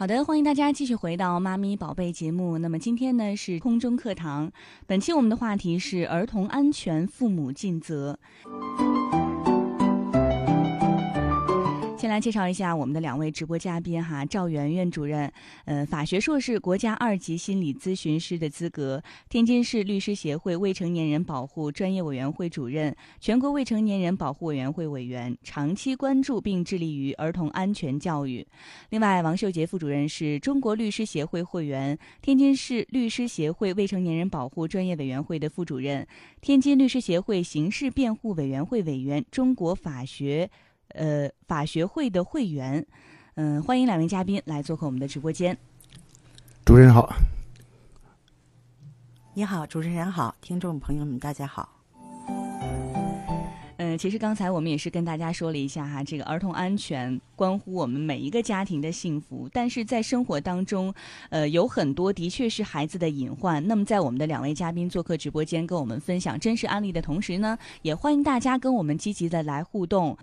好的，欢迎大家继续回到妈咪宝贝节目。那么今天呢是空中课堂，本期我们的话题是儿童安全，父母尽责。先来介绍一下我们的两位直播嘉宾哈，赵媛媛主任，法学硕士，国家2级心理咨询师的资格，天津市律师协会未成年人保护专业委员会主任，全国未成年人保护委员会委员，长期关注并致力于儿童安全教育。另外，王秀杰副主任是中国律师协会会员，天津市律师协会未成年人保护专业委员会的副主任，天津律师协会刑事辩护委员会委员，中国法学会的会员。欢迎两位嘉宾来做客我们的直播间。 主持人好。 你好，主持人好，听众朋友们大家好。 其实刚才我们也是跟大家说了一下哈，这个儿童安全关乎我们每一个家庭的幸福，但是在生活当中，有很多的确是孩子的隐患。那么在我们的两位嘉宾做客直播间跟我们分享真实案例的同时呢，也欢迎大家跟我们积极的来互动。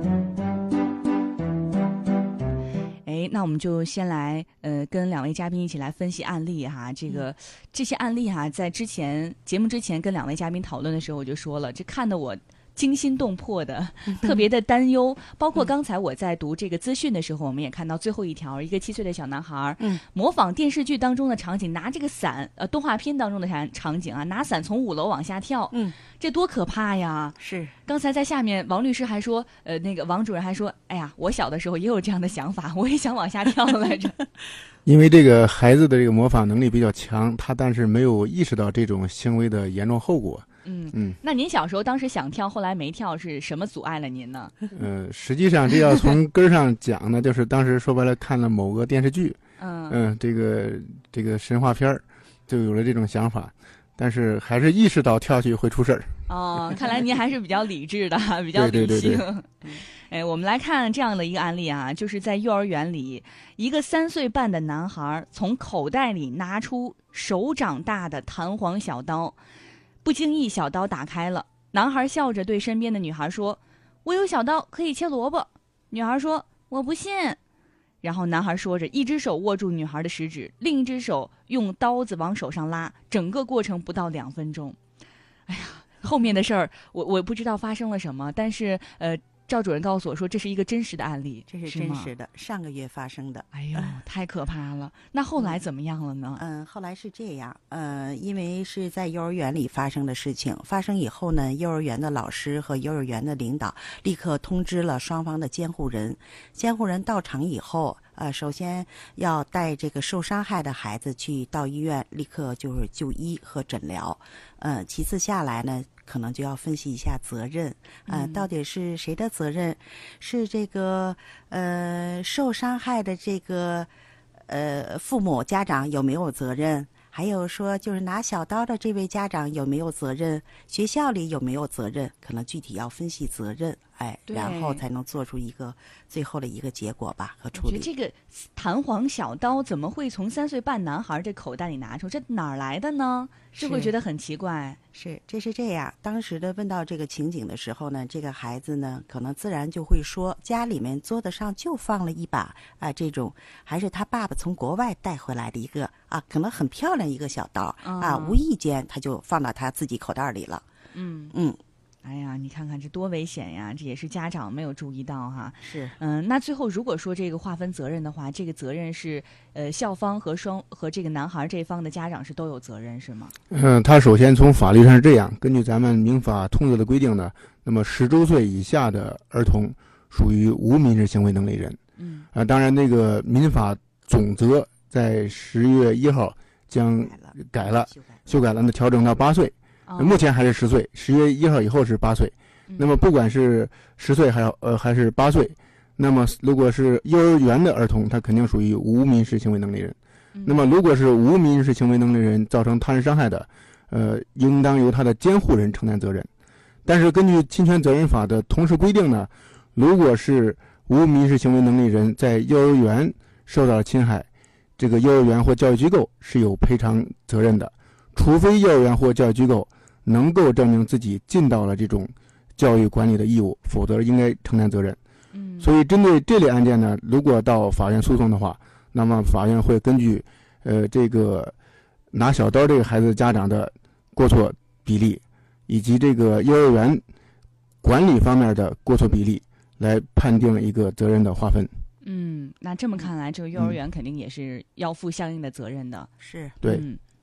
那我们就先来跟两位嘉宾一起来分析案例哈。这些案例哈，在节目之前跟两位嘉宾讨论的时候，我就说了，这看得我惊心动魄的，特别的担忧。包括刚才我在读这个资讯的时候，我们也看到最后一条，一个7岁的小男孩，模仿电视剧当中的场景，拿这个伞，动画片当中的场景啊，拿伞从5楼往下跳，这多可怕呀！ 是。 刚才在下面，王律师还说，那个王主任还说，哎呀，我小的时候也有这样的想法，我也想往下跳来着。 因为这个孩子的这个模仿能力比较强，他但是没有意识到这种行为的严重后果。 那您小时候当时想跳，后来没跳，是什么阻碍了您呢？ 实际上这要从根上讲呢，就是当时说白了看了某个电视剧，这个神话片儿，就有了这种想法，但是还是意识到跳下去会出事儿。 哦，看来您还是比较理智的，比较理性。对，我们来看这样的一个案例啊，就是在幼儿园里，一个3岁半的男孩从口袋里拿出手掌大的弹簧小刀，不经意小刀打开了，男孩笑着对身边的女孩说：“我有小刀，可以切萝卜。”女孩说：“我不信。”然后男孩说着，一只手握住女孩的食指，另一只手用刀子往手上拉，整个过程不到2分钟。哎呀，后面的事儿我不知道发生了什么，但是赵主任告诉我说，这是一个真实的案例。 这是真实的，上个月发生的。 哎呦，太可怕了！那后来怎么样了呢？ 后来是这样，因为是在幼儿园里发生的事情，发生以后呢，幼儿园的老师和幼儿园的领导立刻通知了双方的监护人。监护人到场以后，首先要带这个受伤害的孩子到医院，立刻就是就医和诊疗。其次下来呢，可能就要分析一下责任，到底是谁的责任？是这个受伤害的这个父母家长有没有责任？还有说就是拿小刀的这位家长有没有责任？学校里有没有责任？可能具体要分析责任，然后才能做出一个最后的一个结果吧和处理。 我觉得这个弹簧小刀怎么会从3岁半男孩这口袋里拿出？这哪儿来的呢？就会觉得很奇怪。 这是这样。当时的问到这个情景的时候呢，这个孩子呢，可能自然就会说，家里面桌子上就放了一把这种还是他爸爸从国外带回来的一个可能很漂亮一个小刀无意间他就放到他自己口袋里了。 哎呀，你看看这多危险呀！这也是家长没有注意到哈。 是， 那最后如果说这个划分责任的话，这个责任是校方和这个男孩这方的家长是都有责任是吗？ 他首先从法律上是这样，根据咱们民法通则的规定呢，那么10周岁以下的儿童属于无民事行为能力人。当然那个民法总则在10月1号将修改了，那调整到8岁。目前还是10岁，10月1号以后是8岁。那么不管是10岁还是8岁，那么如果是幼儿园的儿童，他肯定属于无民事行为能力人。那么如果是无民事行为能力人造成他人伤害的，应当由他的监护人承担责任。但是根据侵权责任法的同时规定呢，如果是无民事行为能力人在幼儿园受到了侵害，这个幼儿园或教育机构是有赔偿责任的，除非幼儿园或教育机构能够证明自己尽到了这种教育管理的义务，否则应该承担责任。所以针对这类案件呢，如果到法院诉讼的话， 那么法院会根据这个拿小刀这个孩子家长的过错比例，以及这个幼儿园管理方面的过错比例，来判定一个责任的划分。 那这么看来，这个幼儿园肯定也是要负相应的责任的。 是， 对，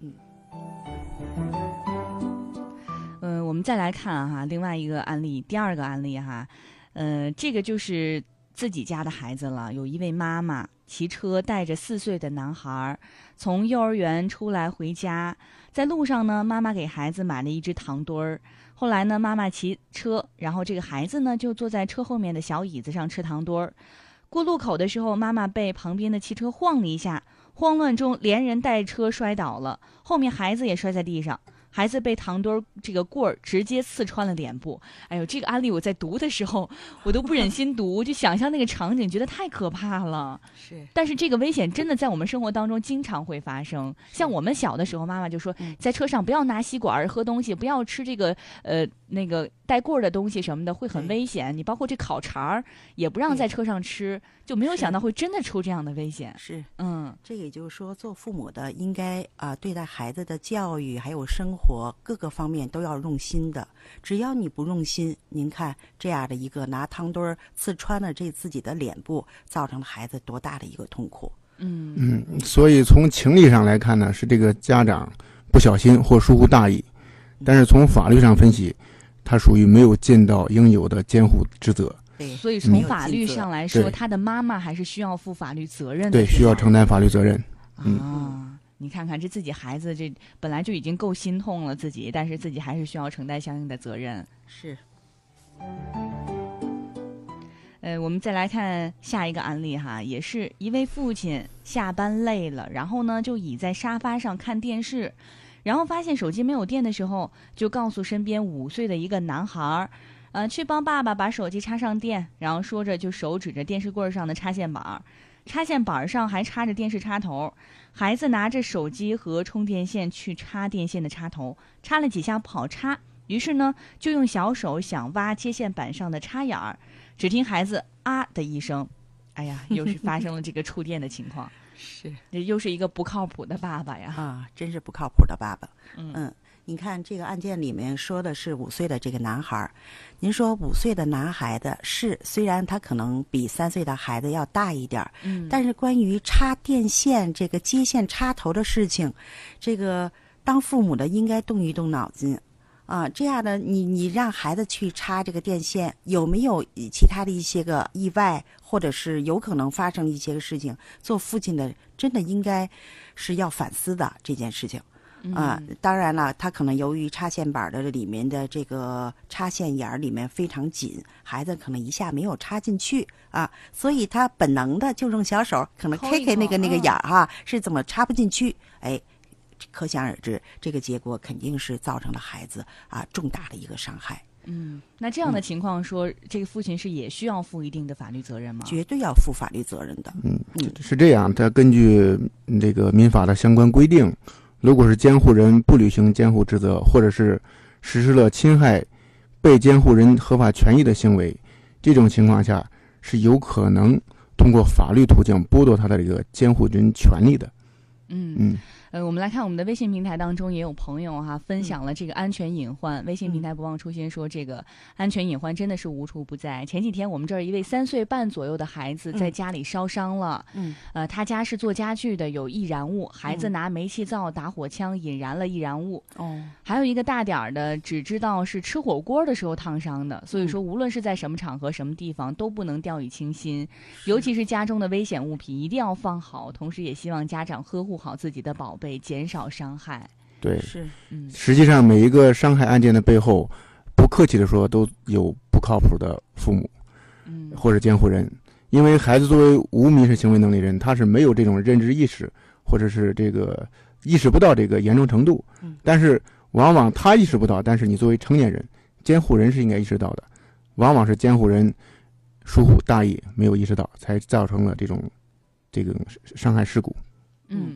我们再来看哈，另外一个案例，第二个案例哈，这个就是自己家的孩子了。有一位妈妈骑车带着4岁的男孩从幼儿园出来回家，在路上呢，妈妈给孩子买了一只糖墩儿。后来呢，妈妈骑车，然后这个孩子呢就坐在车后面的小椅子上吃糖墩儿。过路口的时候，妈妈被旁边的汽车晃了一下，慌乱中连人带车摔倒了，后面孩子也摔在地上。孩子被糖墩这个棍儿直接刺穿了脸部。哎呦，这个案例我在读的时候，我都不忍心读，就想象那个场景，觉得太可怕了。 是， 但是这个危险真的在我们生活当中经常会发生。像我们小的时候，妈妈就说，在车上不要拿吸管喝东西，不要吃这个那个带棍儿的东西什么的，会很危险。你包括这烤肠儿也不让在车上吃，就没有想到会真的出这样的危险。 是，这也就是说，做父母的应该对待孩子的教育还有生活各个方面都要用心的。只要你不用心，您看这样的一个拿汤墩刺穿了自己的脸部，造成了孩子多大的一个痛苦。 所以从情理上来看呢，是这个家长不小心或疏忽大意，但是从法律上分析，他属于没有尽到应有的监护职责。 对， 所以从法律上来说，他的妈妈还是需要负法律责任的。 对，需要承担法律责任。 你看看这自己孩子，这本来就已经够心痛了自己，但是自己还是需要承担相应的责任。 是。 我们再来看下一个案例哈，也是一位父亲下班累了，然后呢就倚在沙发上看电视，然后发现手机没有电的时候，就告诉身边5岁的一个男孩，去帮爸爸把手机插上电，然后说着就手指着电视柜上的插线板，插线板上还插着电视插头。孩子拿着手机和充电线去插电线的插头，插了几下不好插，于是呢就用小手想挖接线板上的插眼儿，只听孩子啊的一声，哎呀，又是发生了这个触电的情况。 是， 这又是一个不靠谱的爸爸呀！ 真是不靠谱的爸爸。你看这个案件里面说的是5岁的这个男孩，您说5岁的男孩子虽然他可能比3岁的孩子要大一点，但是关于插电线这个接线插头的事情，这个当父母的应该动一动脑筋。这样的你让孩子去插这个电线，有没有其他的一些个意外，或者是有可能发生一些个事情？做父亲的真的应该是要反思的这件事情。当然了，他可能由于插线板的里面的这个插线眼里面非常紧，孩子可能一下没有插进去所以他本能的就用小手可能开那个眼是怎么插不进去？可想而知，这个结果肯定是造成了孩子重大的一个伤害。 那这样的情况说，这个父亲是也需要负一定的法律责任吗？ 绝对要负法律责任的。 是这样，他根据这个民法的相关规定，如果是监护人不履行监护职责，或者是实施了侵害被监护人合法权益的行为，这种情况下是有可能通过法律途径剥夺他的这个监护人权利的。 我们来看我们的微信平台当中也有朋友分享了这个安全隐患。微信平台不忘初心说，这个安全隐患真的是无处不在。前几天我们这儿一位3岁半左右的孩子在家里烧伤了，他家是做家具的，有易燃物，孩子拿煤气灶打火枪引燃了易燃物。还有一个大点儿的只知道是吃火锅的时候烫伤的。所以说无论是在什么场合什么地方都不能掉以轻心，尤其是家中的危险物品一定要放好，同时也希望家长呵护好自己的宝贝，减少伤害。 对，实际上每一个伤害案件的背后，不客气的说，都有不靠谱的父母，或者监护人。因为孩子作为无民事行为能力人，他是没有这种认知意识，或者是这个意识不到这个严重程度。但是往往他意识不到，但是你作为成年人，监护人是应该意识到的。往往是监护人疏忽大意，没有意识到，才造成了这个伤害事故。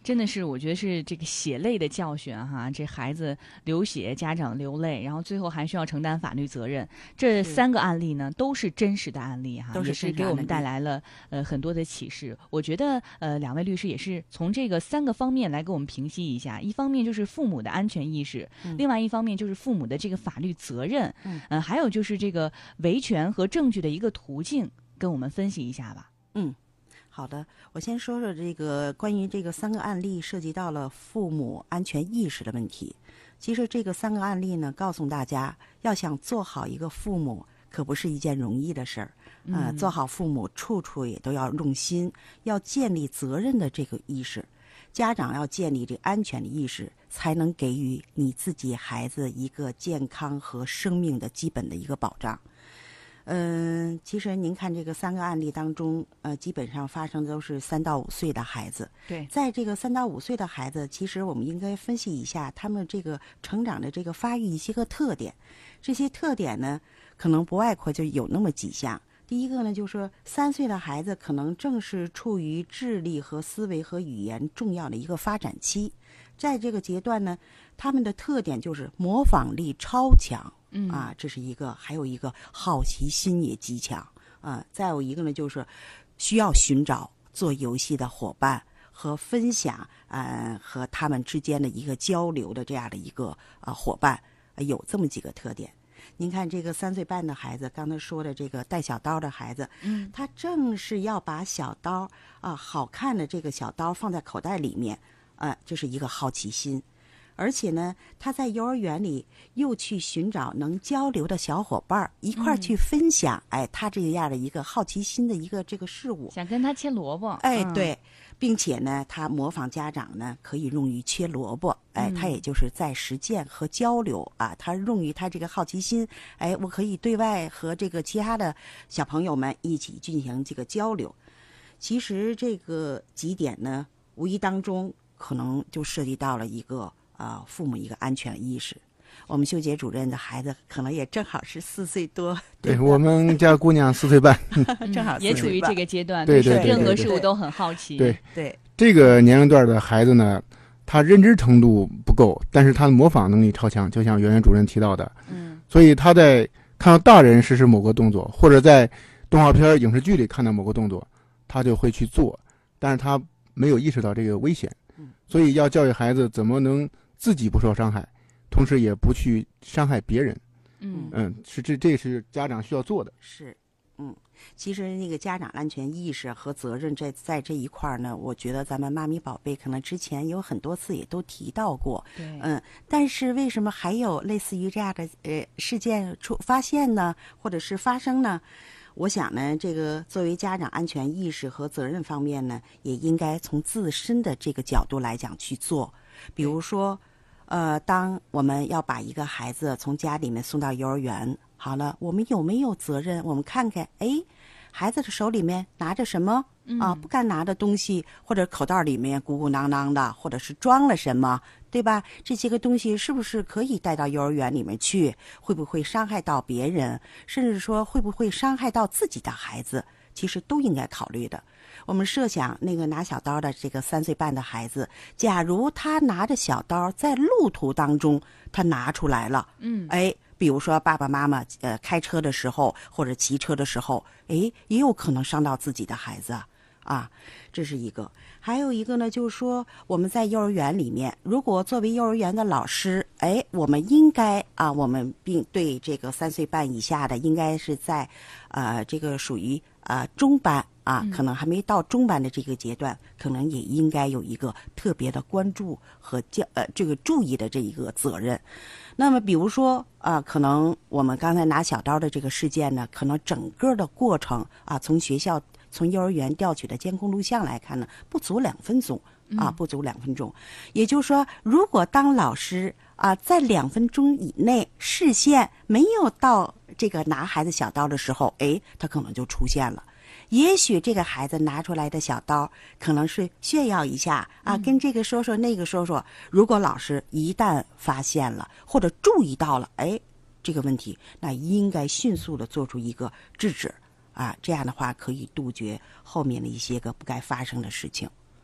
真的是，我觉得是这个血泪的教训哈，这孩子流血，家长流泪，然后最后还需要承担法律责任。这3个案例呢，都是真实的案例哈，也是给我们带来了很多的启示。我觉得2位律师也是从这个3个方面来给我们评析一下，一方面就是父母的安全意识，另外一方面就是父母的这个法律责任，还有就是这个维权和证据的一个途径，跟我们分析一下吧。 好的，我先说说这个关于这个3个案例涉及到了父母安全意识的问题。其实这个3个案例呢，告诉大家，要想做好一个父母，可不是一件容易的事儿。做好父母，处处也都要用心，要建立责任的这个意识。家长要建立这安全的意识，才能给予你自己孩子一个健康和生命的基本的一个保障。其实您看这个3个案例当中，基本上发生的都是3到5岁的孩子。 对， 在这个3到5岁的孩子，其实我们应该分析一下他们这个成长的这个发育一些个特点。这些特点呢，可能不外括就有那么几项。第一个呢，就是说3岁的孩子可能正是处于智力和思维和语言重要的一个发展期。在这个阶段呢，他们的特点就是模仿力超强。这是一个，还有一个好奇心也极强再有一个呢，就是需要寻找做游戏的伙伴和分享和他们之间的一个交流的这样的一个伙伴，有这么几个特点。您看这个3岁半的孩子，刚才说的这个带小刀的孩子，他正是要把小刀好看的这个小刀放在口袋里面，这是一个好奇心。而且呢，他在幼儿园里又去寻找能交流的小伙伴，一块儿去分享，他这样的一个好奇心的一个这个事物， 想跟他切萝卜， 对，并且呢，他模仿家长呢，可以用于切萝卜，他也就是在实践和交流他用于他这个好奇心，我可以对外和这个其他的小朋友们一起进行这个交流。其实这个几点呢，无意当中可能就涉及到了一个父母一个安全意识。我们秀杰主任的孩子可能也正好是4岁多， 对，我们家姑娘4岁半， 正好也处于这个阶段， 对， 任何事物都很好奇。 对， 这个年龄段的孩子呢，他认知程度不够，但是他的模仿能力超强，就像袁袁主任提到的，所以他在看到大人实施某个动作，或者在动画片、影视剧里看到某个动作，他就会去做，但是他没有意识到这个危险，所以要教育孩子怎么能自己不受伤害，同时也不去伤害别人。这是家长需要做的。 是，其实那个家长安全意识和责任在这一块呢，我觉得咱们妈咪宝贝可能之前有很多次也都提到过。 对， 但是为什么还有类似于这样的事件发现呢，或者是发生呢？我想呢，这个作为家长安全意识和责任方面呢，也应该从自身的这个角度来讲去做。比如说，当我们要把一个孩子从家里面送到幼儿园，好了，我们有没有责任？我们看看，孩子的手里面拿着什么不该拿的东西，或者口袋里面鼓鼓囊囊的，或者是装了什么，对吧？这些个东西是不是可以带到幼儿园里面去？会不会伤害到别人？甚至说会不会伤害到自己的孩子？其实都应该考虑的。我们设想那个拿小刀的这个3岁半的孩子，假如他拿着小刀在路途当中他拿出来了，比如说爸爸妈妈开车的时候或者骑车的时候，也有可能伤到自己的孩子这是一个。还有一个呢，就是说我们在幼儿园里面，如果作为幼儿园的老师，我们应该我们并对这个3岁半以下的，应该是在这个属于中班可能还没到中班的这个阶段，可能也应该有一个特别的关注和这个注意的这一个责任。那么比如说可能我们刚才拿小刀的这个事件呢，可能整个的过程从幼儿园调取的监控录像来看呢，不足2分钟不足2分钟。也就是说，如果当老师在2分钟以内视线没有到这个拿孩子小刀的时候，他可能就出现了。也许这个孩子拿出来的小刀可能是炫耀一下跟这个说说那个说说。如果老师一旦发现了或者注意到了这个问题，那应该迅速的做出一个制止这样的话可以杜绝后面的一些个不该发生的事情。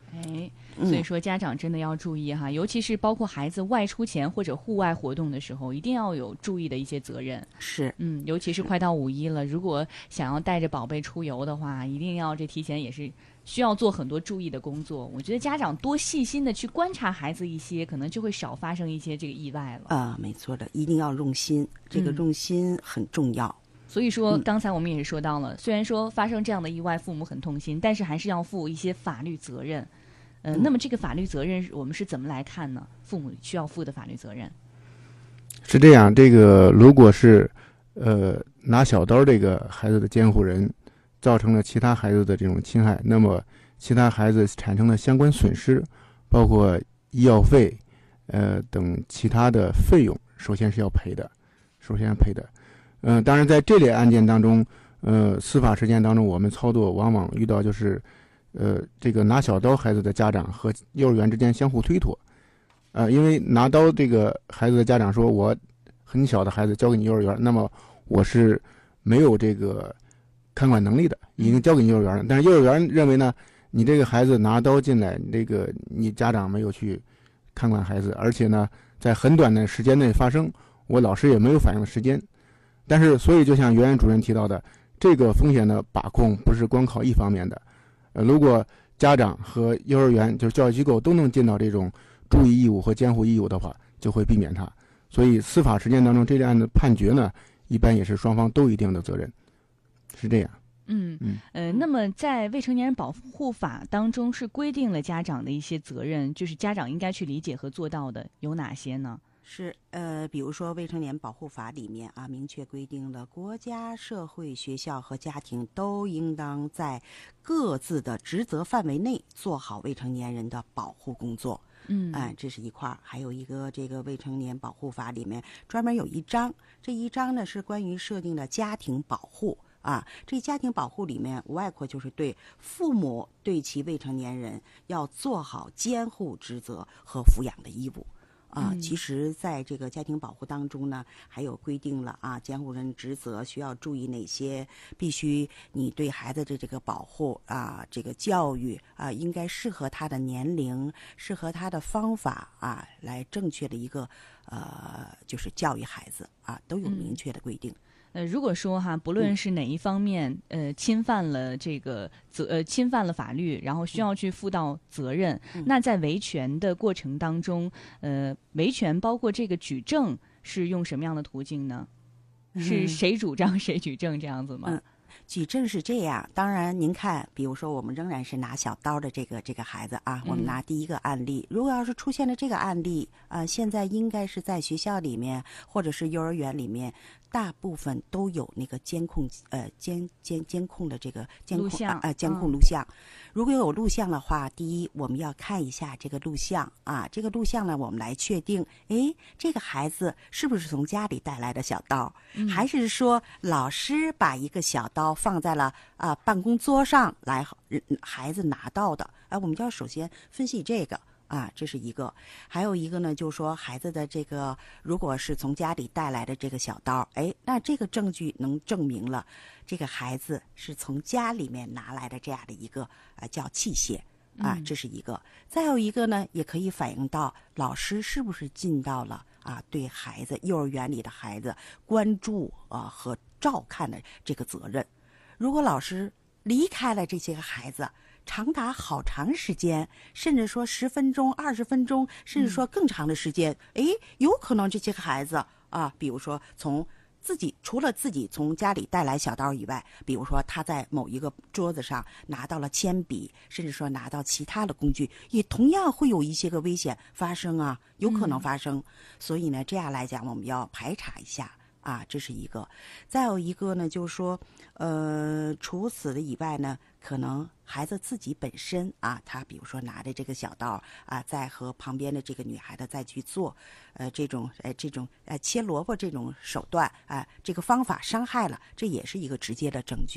所以说家长真的要注意哈，尤其是包括孩子外出前或者户外活动的时候，一定要有注意的一些责任。 是， 尤其是快到5·1了，如果想要带着宝贝出游的话，一定要这提前也是需要做很多注意的工作。我觉得家长多细心的去观察孩子一些，可能就会少发生一些这个意外了。 没错的，一定要用心，这个用心很重要。 所以说，刚才我们也是说到了，虽然说发生这样的意外，父母很痛心，但是还是要负一些法律责任。那么这个法律责任我们是怎么来看呢？父母需要负的法律责任是这样，这个如果是拿小刀这个孩子的监护人造成了其他孩子的这种侵害，那么其他孩子产生的相关损失，包括医药费等其他的费用，首先是要赔的。当然在这类案件当中，司法实践当中，我们操作往往遇到就是这个拿小刀孩子的家长和幼儿园之间相互推脱。因为拿刀这个孩子的家长说，我很小的孩子交给你幼儿园，那么我是没有这个看管能力的，已经交给你幼儿园了。但是幼儿园认为呢，你这个孩子拿刀进来，你家长没有去看管孩子，而且呢在很短的时间内发生，我老师也没有反应的时间。但是所以就像袁主任提到的，这个风险的把控不是光靠一方面的。如果家长和幼儿园就是教育机构都能尽到这种注意义务和监护义务的话，就会避免它。所以司法实践当中这类案的判决呢，一般也是双方都有一定的责任，是这样。 那么在未成年人保护法当中是规定了家长的一些责任，就是家长应该去理解和做到的有哪些呢？ 是比如说未成年保护法里面明确规定了国家、社会、学校和家庭都应当在各自的职责范围内做好未成年人的保护工作。这是一块。还有一个这个未成年保护法里面专门有一章，这一章呢是关于设定的家庭保护。这家庭保护里面无外乎就是对父母对其未成年人要做好监护职责和抚养的义务。其实在这个家庭保护当中呢，还有规定了监护人职责需要注意哪些，必须你对孩子的这个保护这个教育应该适合他的年龄，适合他的方法来正确的一个就是教育孩子都有明确的规定。 如果说不论是哪一方面侵犯了这个侵犯了法律，然后需要去负到责任，那在维权的过程当中，维权包括这个举证是用什么样的途径呢？是谁主张谁举证这样子吗？ 举证是这样，当然您看，比如说我们仍然是拿小刀的这个孩子我们拿第一个案例，如果要是出现了这个案例现在应该是在学校里面或者是幼儿园里面，大部分都有那个监控监控的这个监控监控录像。如果有录像的话，第一我们要看一下这个录像这个录像呢，我们来确定这个孩子是不是从家里带来的小刀，还是说老师把一个小刀放在了办公桌上来孩子拿到的。我们就要首先分析这个这是一个。还有一个呢，就是说孩子的这个如果是从家里带来的这个小刀，那这个证据能证明了这个孩子是从家里面拿来的这样的一个叫器械这是一个。再有一个呢，也可以反映到老师是不是尽到了对孩子幼儿园里的孩子关注和照看的这个责任。如果老师离开了这些个孩子长达好长时间，甚至说10分钟、20分钟，甚至说更长的时间，有可能这些个孩子比如说除了自己从家里带来小刀以外，比如说他在某一个桌子上拿到了铅笔，甚至说拿到其他的工具，也同样会有一些个危险发生有可能发生。所以呢，这样来讲，我们要排查一下这是一个。再有一个呢，就是说除此的以外呢，可能孩子自己本身他比如说拿着这个小刀再和旁边的这个女孩子再去做这种切萝卜这种手段这个方法伤害了，这也是一个直接的证据。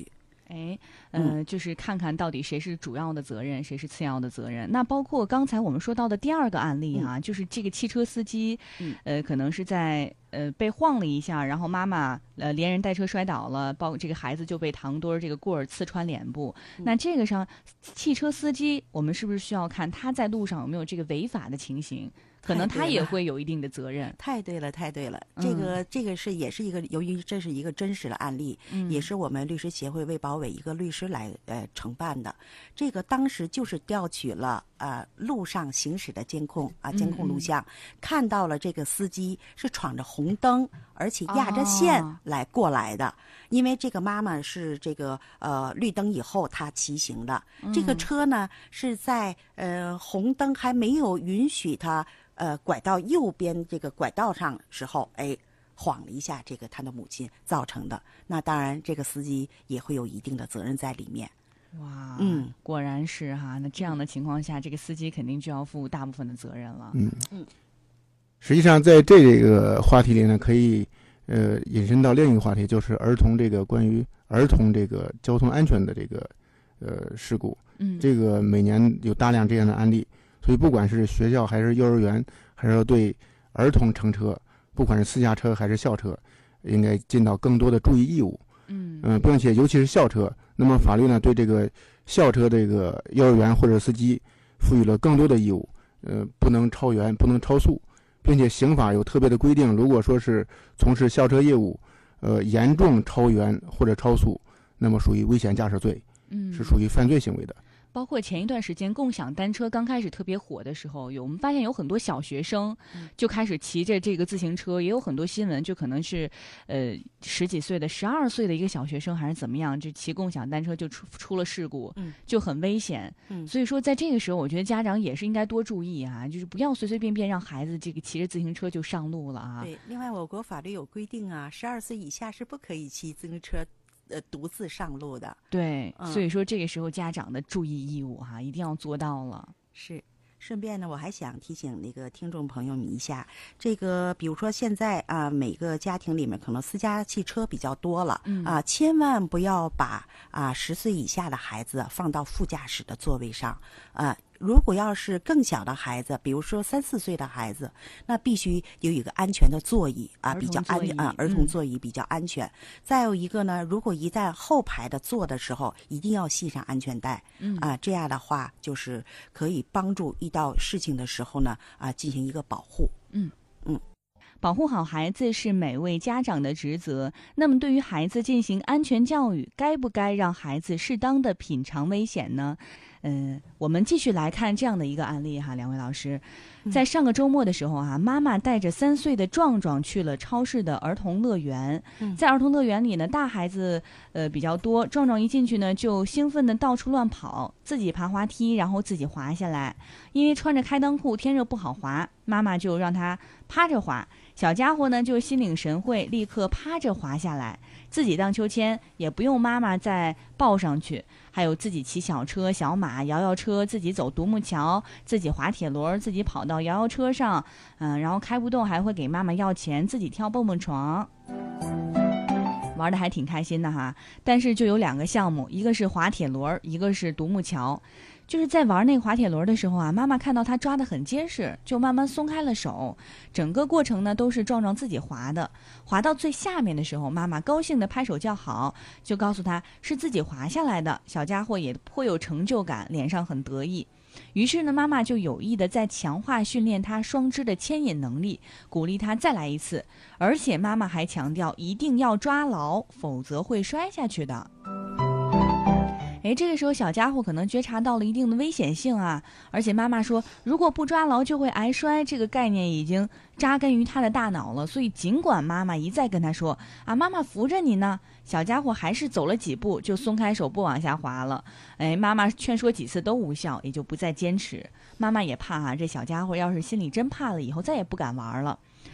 就是看看到底谁是主要的责任，谁是次要的责任。那包括刚才我们说到的第二个案例哈，就是这个汽车司机，可能是在被晃了一下，然后妈妈连人带车摔倒了，包括这个孩子就被糖墩这个棍儿刺穿脸部。那这个上汽车司机，我们是不是需要看他在路上有没有这个违法的情形？可能他也会有一定的责任。 太对了，太对了。这个也是一个，由于这是一个真实的案例，也是我们律师协会卫保委一个律师来承办的。这个当时就是调取了路上行驶的监控录像，看到了这个司机是闯着红灯，而且压着线来过来的。因为这个妈妈是这个绿灯以后她骑行的，这个车呢是在红灯还没有允许她拐到右边这个拐道上时候，晃了一下这个他的母亲造成的。那当然这个司机也会有一定的责任在里面。 哇，果然是哈。那这样的情况下，这个司机肯定就要负大部分的责任了。 实际上在这个话题里呢，可以引申到另一个话题，就是关于儿童这个交通安全的这个事故。这个每年有大量这样的案例，所以不管是学校还是幼儿园，还是要对儿童乘车，不管是私家车还是校车，应该尽到更多的注意义务。并且尤其是校车，那么法律呢对这个校车这个幼儿园或者司机赋予了更多的义务，不能超员，不能超速，并且刑法有特别的规定，如果说是从事校车业务，严重超员或者超速，那么属于危险驾驶罪，是属于犯罪行为的。 包括前一段时间共享单车刚开始特别火的时候，我们发现有很多小学生就开始骑着这个自行车，也有很多新闻就可能是十几岁的12岁的一个小学生还是怎么样，就骑共享单车就出了事故，就很危险。所以说在这个时候我觉得家长也是应该多注意啊，就是不要随随便便让孩子这个骑着自行车就上路了啊。 对，另外我国法律有规定啊，12岁以下是不可以骑自行车独自上路的。 对，所以说这个时候家长的注意义务哈，一定要做到了。 是。顺便呢，我还想提醒那个听众朋友们一下，这个比如说现在每个家庭里面可能私家汽车比较多了，千万不要把10岁以下的孩子放到副驾驶的座位上，如果要是更小的孩子，比如说3、4岁的孩子，那必须有一个安全的座椅比较安全儿童座椅比较安全。再有一个呢，如果一旦后排的坐的时候，一定要系上安全带，这样的话就是可以帮助遇到事情的时候呢进行一个保护。 保护好孩子是每位家长的职责。那么对于孩子进行安全教育，该不该让孩子适当的品尝危险呢？我们继续来看这样的一个案例哈，两位老师，在上个周末的时候妈妈带着3岁的壮壮去了超市的儿童乐园。在儿童乐园里呢，大孩子比较多，壮壮一进去呢就兴奋的到处乱跑，自己爬滑梯，然后自己滑下来。因为穿着开裆裤，天热不好滑，妈妈就让他趴着滑。小家伙呢就心领神会，立刻趴着滑下来，自己荡秋千，也不用妈妈再抱上去。还有自己骑小车、小马、摇摇车，自己走独木桥，自己滑铁轮，自己跑到摇摇车上，然后开不动还会给妈妈要钱，自己跳蹦蹦床，玩得还挺开心的哈。但是就有2个项目，一个是滑铁轮，一个是独木桥。就是在玩那个滑铁轮的时候妈妈看到他抓得很结实，就慢慢松开了手。整个过程呢都是壮壮自己滑的。滑到最下面的时候，妈妈高兴地拍手叫好，就告诉他是自己滑下来的。小家伙也颇有成就感，脸上很得意。于是呢，妈妈就有意地在强化训练他双肢的牵引能力，鼓励他再来一次。而且妈妈还强调一定要抓牢，否则会摔下去的。这个时候小家伙可能觉察到了一定的危险性而且妈妈说如果不抓牢就会挨摔，这个概念已经扎根于他的大脑了。所以尽管妈妈一再跟他说妈妈扶着你呢，小家伙还是走了几步就松开手不往下滑了。妈妈劝说几次都无效，也就不再坚持。妈妈也怕这小家伙要是心里真怕了，以后再也不敢玩了。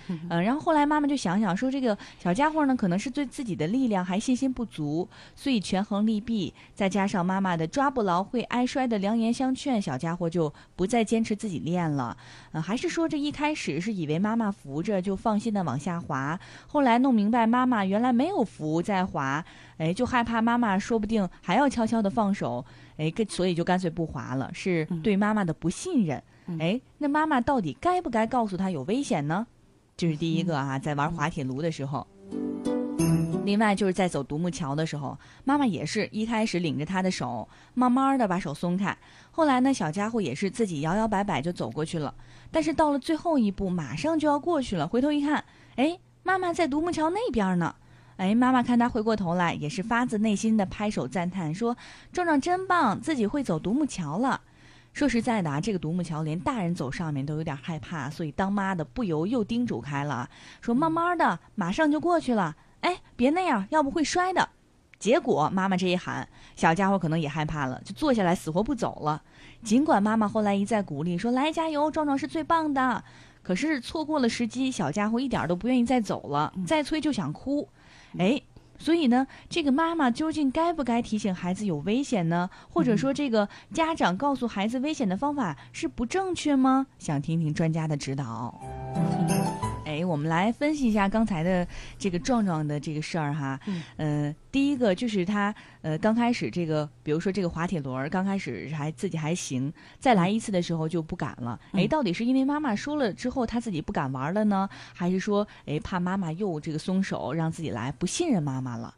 然后后来妈妈就想想说，这个小家伙呢，可能是对自己的力量还信心不足，所以权衡利弊，再加上妈妈的抓不牢会挨摔的良言相劝，小家伙就不再坚持自己练了。还是说这一开始是以为妈妈扶着就放心的往下滑，后来弄明白妈妈原来没有扶在滑，就害怕妈妈说不定还要悄悄的放手，所以就干脆不滑了，是对妈妈的不信任。那妈妈到底该不该告诉他有危险呢？这是第一个啊，在玩滑铁卢的时候。另外就是在走独木桥的时候，妈妈也是一开始领着他的手，慢慢的把手松开，后来呢，小家伙也是自己摇摇摆摆就走过去了。但是到了最后一步，马上就要过去了，回头一看，妈妈在独木桥那边呢。妈妈看他回过头来，也是发自内心的拍手赞叹，说：“壮壮真棒，自己会走独木桥了。”说实在的啊，这个独木桥连大人走上面都有点害怕，所以当妈的不由又叮嘱开了，说慢慢的，马上就过去了，别那样，要不会摔的。结果妈妈这一喊，小家伙可能也害怕了，就坐下来死活不走了。尽管妈妈后来一再鼓励，说来加油，壮壮是最棒的，可是错过了时机，小家伙一点都不愿意再走了，再催就想哭。所以呢，这个妈妈究竟该不该提醒孩子有危险呢？或者说，这个家长告诉孩子危险的方法是不正确吗？想听听专家的指导。我们来分析一下刚才的这个壮壮的这个事儿哈。第一个就是他刚开始这个，比如说这个滑铁轮刚开始自己还行，再来一次的时候就不敢了。到底是因为妈妈说了之后他自己不敢玩了呢，还是说怕妈妈又这个松手让自己来，不信任妈妈了？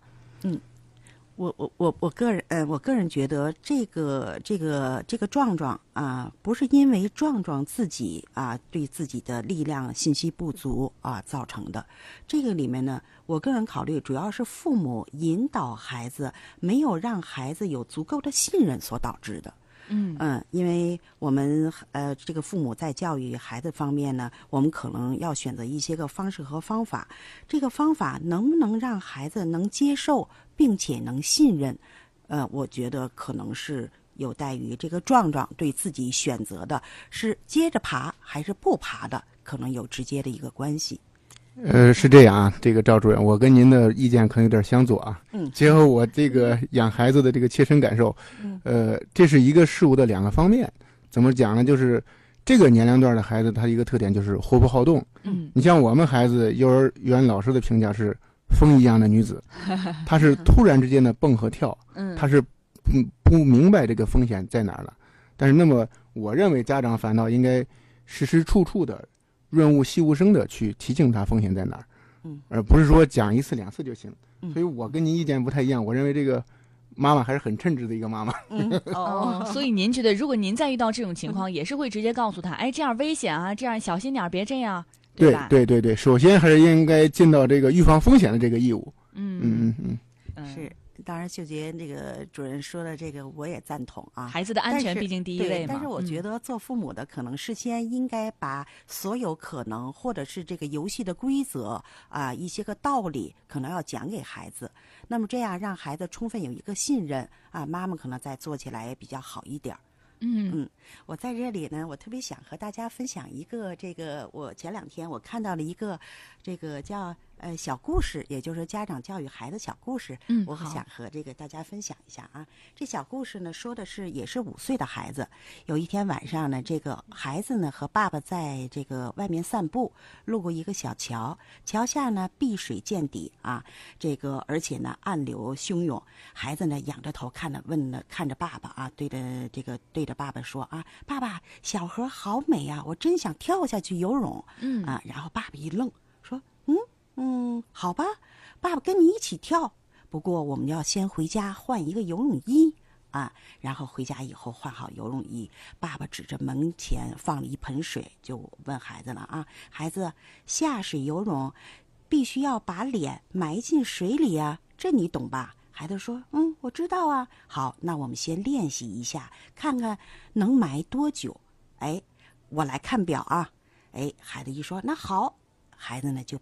我个人觉得这个壮壮啊，不是因为壮壮自己啊对自己的力量信息不足啊造成的。这个里面呢，我个人考虑主要是父母引导孩子，没有让孩子有足够的信任所导致的。因为我们这个父母在教育孩子方面呢，我们可能要选择一些个方式和方法。这个方法能不能让孩子能接受，并且能信任？我觉得可能是有待于这个壮壮对自己选择的是接着爬还是不爬的，可能有直接的一个关系。 是这样啊，这个赵主任，我跟您的意见可能有点相左啊。结合我这个养孩子的这个切身感受，这是一个事物的两个方面。怎么讲呢？就是这个年龄段的孩子，他一个特点就是活泼好动。你像我们孩子，幼儿园老师的评价是风一样的女子，她是突然之间的蹦和跳，她是不明白这个风险在哪儿了。但是那么，我认为家长反倒应该时时处处的润物细无声的去提醒他风险在哪儿，而不是说讲一次两次就行。所以我跟您意见不太一样，我认为这个妈妈还是很称职的一个妈妈。 所以您觉得，如果您再遇到这种情况，也是会直接告诉他，这样危险啊，这样小心点，别这样，对吧？ 对，首先还是应该尽到这个预防风险的这个义务。 是。当然，秀杰这个主任说的这个我也赞同啊。 孩子的安全毕竟第一位嘛。 但是我觉得做父母的可能事先应该把所有可能或者是这个游戏的规则啊，一些个道理可能要讲给孩子。那么这样让孩子充分有一个信任啊，妈妈可能再做起来也比较好一点。我在这里呢，我特别想和大家分享一个这个，我前2天我看到了一个这个叫小故事，也就是家长教育孩子小故事。我想和这个大家分享一下啊。这小故事呢，说的是也是5岁的孩子。有一天晚上呢，这个孩子呢和爸爸在这个外面散步，路过一个小桥，桥下呢碧水见底啊，这个而且呢暗流汹涌。孩子呢仰着头看着爸爸啊，对着爸爸说啊，爸爸，小河好美啊，我真想跳下去游泳。然后爸爸一愣，说好吧，爸爸跟你一起跳，不过我们要先回家换一个游泳衣啊。然后回家以后换好游泳衣，爸爸指着门前放了一盆水，就问孩子了啊，孩子，下水游泳必须要把脸埋进水里啊，这你懂吧？孩子说我知道啊。好，那我们先练习一下，看看能埋多久。我来看表啊。孩子一说那好，孩子呢就把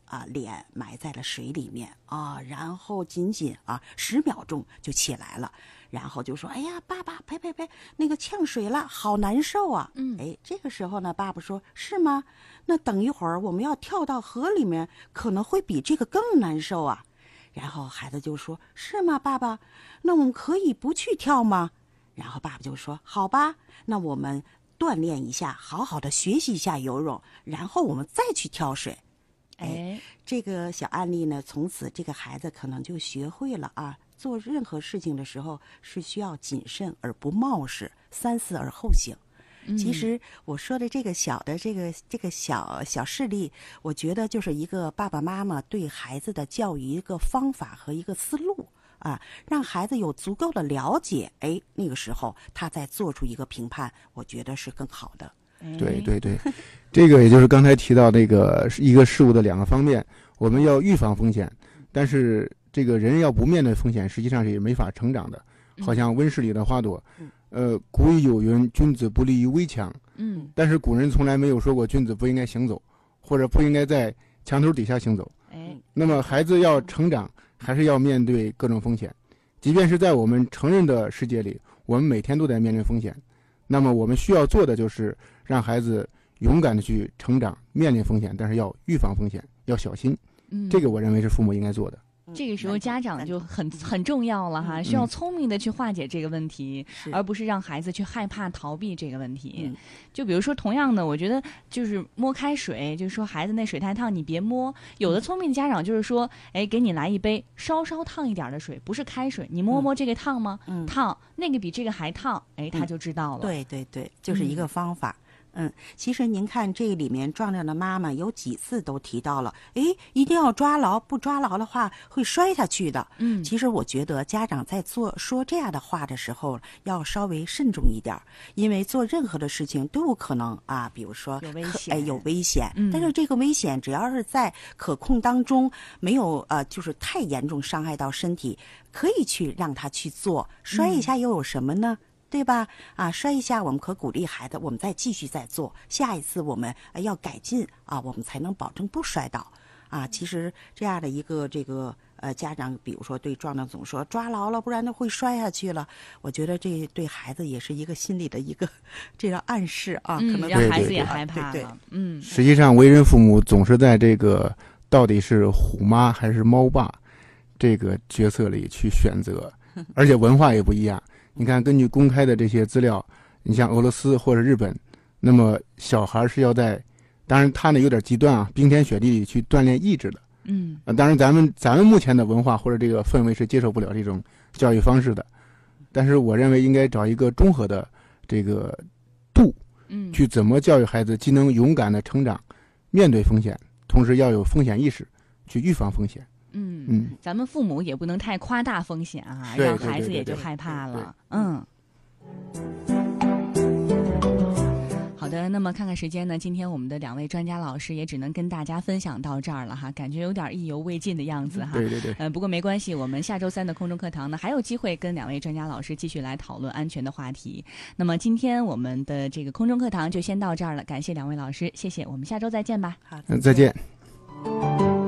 脸埋在了水里面然后仅10秒钟就起来了，然后就说：“哎呀，爸爸，呸，那个呛水了，好难受啊！”这个时候呢，爸爸说：“是吗？那等一会儿我们要跳到河里面，可能会比这个更难受啊。”然后孩子就说：“是吗，爸爸？那我们可以不去跳吗？”然后爸爸就说：“好吧，那我们锻炼一下，好好的学习一下游泳，然后我们再去跳水。”这个小案例呢，从此这个孩子可能就学会了做任何事情的时候是需要谨慎而不冒失，三思而后行。其实我说的这个小事例，我觉得就是一个爸爸妈妈对孩子的教育一个方法和一个思路让孩子有足够的了解，那个时候他再做出一个评判，我觉得是更好的。 对，这个也就是刚才提到那个一个事物的2个方面，我们要预防风险，但是这个人要不面对风险，实际上是没法成长的。好像温室里的花朵，古语有云：“君子不立于危墙。”但是古人从来没有说过君子不应该行走，或者不应该在墙头底下行走。那么孩子要成长，还是要面对各种风险。即便是在我们成人的世界里，我们每天都在面对风险。那么我们需要做的就是让孩子勇敢的去成长，面临风险，但是要预防风险，要小心。这个我认为是父母应该做的。 这个时候家长就很重要了哈，需要聪明的去化解这个问题，而不是让孩子去害怕逃避这个问题。就比如说同样的，我觉得就是摸开水，就是说孩子那水太烫你别摸。有的聪明的家长就是说，给你来一杯稍稍烫一点的水，不是开水，你摸摸这个烫吗？烫，那个比这个还烫，他就知道了。 对，就是一个方法。其实您看这里面壮壮的妈妈有几次都提到了，一定要抓牢，不抓牢的话会摔下去的。其实我觉得家长在说这样的话的时候要稍微慎重一点，因为做任何的事情都有可能比如说有危险，但是这个危险只要是在可控当中，没有就是太严重伤害到身体，可以去让他去做，摔一下又有什么呢？对吧？摔一下，我们可鼓励孩子，我们再继续再做，下一次我们要改进我们才能保证不摔倒其实这样的一个家长，比如说对壮壮总说抓牢了，不然他会摔下去了。我觉得这对孩子也是一个心理的一个这样暗示可能让孩子也害怕了。 实际上为人父母总是在这个到底是虎妈还是猫爸这个角色里去选择，而且文化也不一样。你看，根据公开的这些资料，你像俄罗斯或者日本，那么小孩是要在，当然他呢有点极端冰天雪地里去锻炼意志的。当然咱们目前的文化或者这个氛围是接受不了这种教育方式的，但是我认为应该找一个中和的这个度，去怎么教育孩子，既能勇敢的成长，面对风险，同时要有风险意识，去预防风险。 咱们父母也不能太夸大风险让孩子也就害怕了。好的，那么看看时间呢，今天我们的2位专家老师也只能跟大家分享到这儿了感觉有点意犹未尽的样子对。 不过没关系，我们下周3的空中课堂呢还有机会跟2位专家老师继续来讨论安全的话题。那么今天我们的这个空中课堂就先到这儿了，感谢2位老师，谢谢，我们下周再见吧。 好， 再见。